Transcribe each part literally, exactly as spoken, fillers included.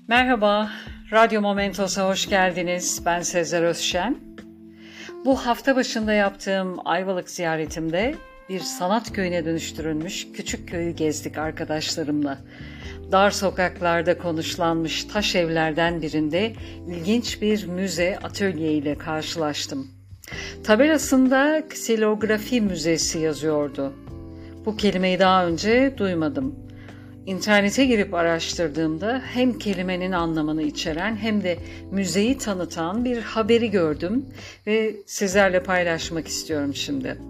Merhaba, Radyo Momentos'a hoş geldiniz. Ben Sezer Özşen. Bu hafta başında yaptığım Ayvalık ziyaretimde bir sanat köyüne dönüştürülmüş küçük köyü gezdik arkadaşlarımla. Dar sokaklarda konuşlanmış taş evlerden birinde ilginç bir müze atölye ile karşılaştım. Tabelasında Ksilografi Müzesi yazıyordu. Bu kelimeyi daha önce duymadım. İnternete girip araştırdığımda hem kelimenin anlamını içeren hem de müzeyi tanıtan bir haberi gördüm ve sizlerle paylaşmak istiyorum şimdi.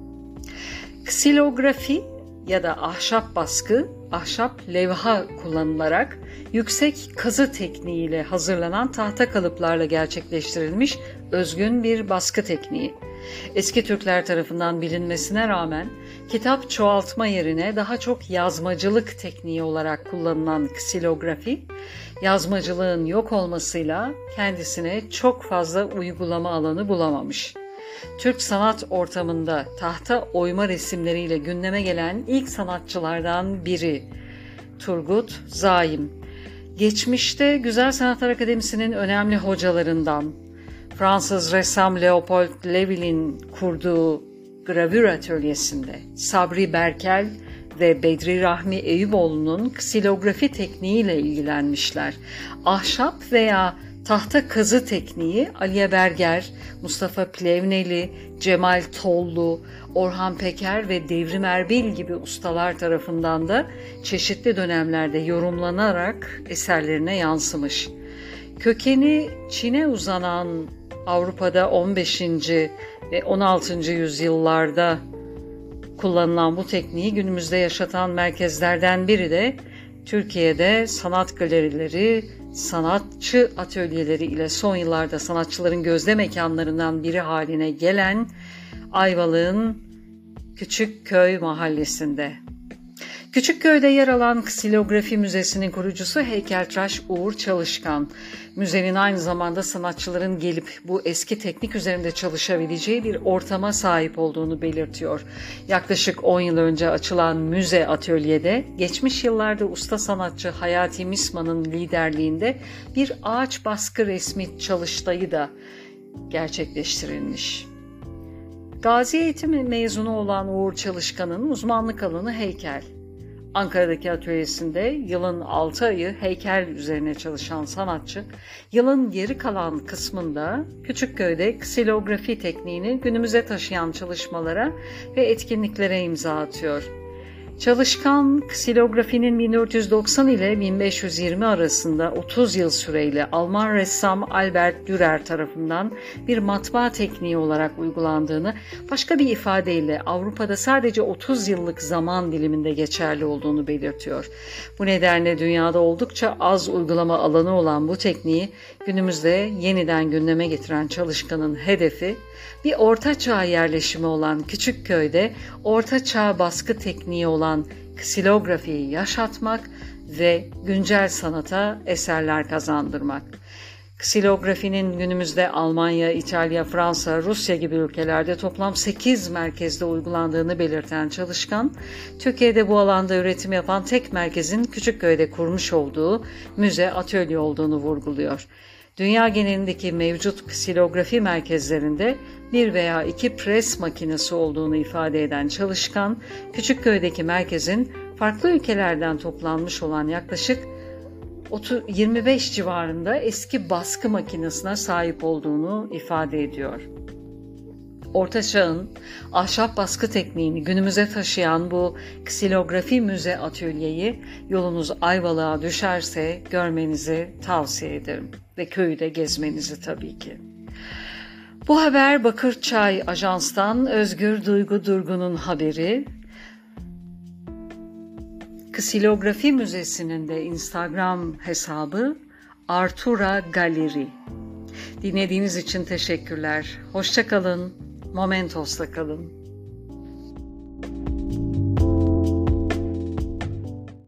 Ksilografi ya da ahşap baskı, ahşap levha kullanılarak yüksek kazı tekniğiyle hazırlanan tahta kalıplarla gerçekleştirilmiş özgün bir baskı tekniği. Eski Türkler tarafından bilinmesine rağmen kitap çoğaltma yerine daha çok yazmacılık tekniği olarak kullanılan ksilografi, yazmacılığın yok olmasıyla kendisine çok fazla uygulama alanı bulamamış. Türk sanat ortamında tahta oyma resimleriyle gündeme gelen ilk sanatçılardan biri Turgut Zaim. Geçmişte Güzel Sanatlar Akademisi'nin önemli hocalarından, Fransız ressam Leopold Levil'in kurduğu gravür atölyesinde Sabri Berkel ve Bedri Rahmi Eyüboğlu'nun ksilografi tekniğiyle ilgilenmişler. Ahşap veya tahta kazı tekniği Aliye Berger, Mustafa Plevneli, Cemal Tollu, Orhan Peker ve Devrim Erbil gibi ustalar tarafından da çeşitli dönemlerde yorumlanarak eserlerine yansımış. Kökeni Çin'e uzanan Avrupa'da on beşinci ve on altıncı yüzyıllarda kullanılan bu tekniği günümüzde yaşatan merkezlerden biri de Türkiye'de sanat galerileri, sanatçı atölyeleri ile son yıllarda sanatçıların gözde mekanlarından biri haline gelen Ayvalık'ın Küçükköy mahallesinde. Küçükköy'de yer alan Ksilografi Müzesi'nin kurucusu heykeltıraş Uğur Çalışkan. Müzenin aynı zamanda sanatçıların gelip bu eski teknik üzerinde çalışabileceği bir ortama sahip olduğunu belirtiyor. Yaklaşık on yıl önce açılan müze atölyede geçmiş yıllarda usta sanatçı Hayati Misman'ın liderliğinde bir ağaç baskı resmi çalıştayı da gerçekleştirilmiş. Gazi Eğitim mezunu olan Uğur Çalışkan'ın uzmanlık alanı heykel. Ankara'daki atölyesinde yılın altı ayı heykel üzerine çalışan sanatçı, yılın geri kalan kısmında Küçükköy'de ksilografi tekniğini günümüze taşıyan çalışmalara ve etkinliklere imza atıyor. Çalışkan, ksilografinin bin dört yüz doksan ile bin beş yüz yirmi arasında otuz yıl süreyle Alman ressam Albert Dürer tarafından bir matbaa tekniği olarak uygulandığını, başka bir ifadeyle Avrupa'da sadece otuz yıllık zaman diliminde geçerli olduğunu belirtiyor. Bu nedenle dünyada oldukça az uygulama alanı olan bu tekniği günümüzde yeniden gündeme getiren Çalışkan'ın hedefi, bir ortaçağ yerleşimi olan Küçükköy'de ortaçağ baskı tekniği olan ksilografiyi yaşatmak ve güncel sanata eserler kazandırmak. Ksilografinin günümüzde Almanya, İtalya, Fransa, Rusya gibi ülkelerde toplam sekiz merkezde uygulandığını belirten Çalışkan, Türkiye'de bu alanda üretim yapan tek merkezin Küçükköy'de kurmuş olduğu müze atölye olduğunu vurguluyor. Dünya genelindeki mevcut ksilografi merkezlerinde bir veya iki pres makinesi olduğunu ifade eden Çalışkan, Küçükköy'deki merkezin farklı ülkelerden toplanmış olan yaklaşık yirmi beş civarında eski baskı makinesine sahip olduğunu ifade ediyor. Orta Çağ'ın ahşap baskı tekniğini günümüze taşıyan bu ksilografi müze atölyeyi yolunuz Ayvalık'a düşerse görmenizi tavsiye ederim ve köyü de gezmenizi tabii ki. Bu haber Bakırçay Ajans'tan Özgür Duygu Durgun'un haberi. Ksilografi Müzesi'nin de Instagram hesabı Artura Galeri. Dinlediğiniz için teşekkürler. Hoşça kalın, Momentos'ta kalın.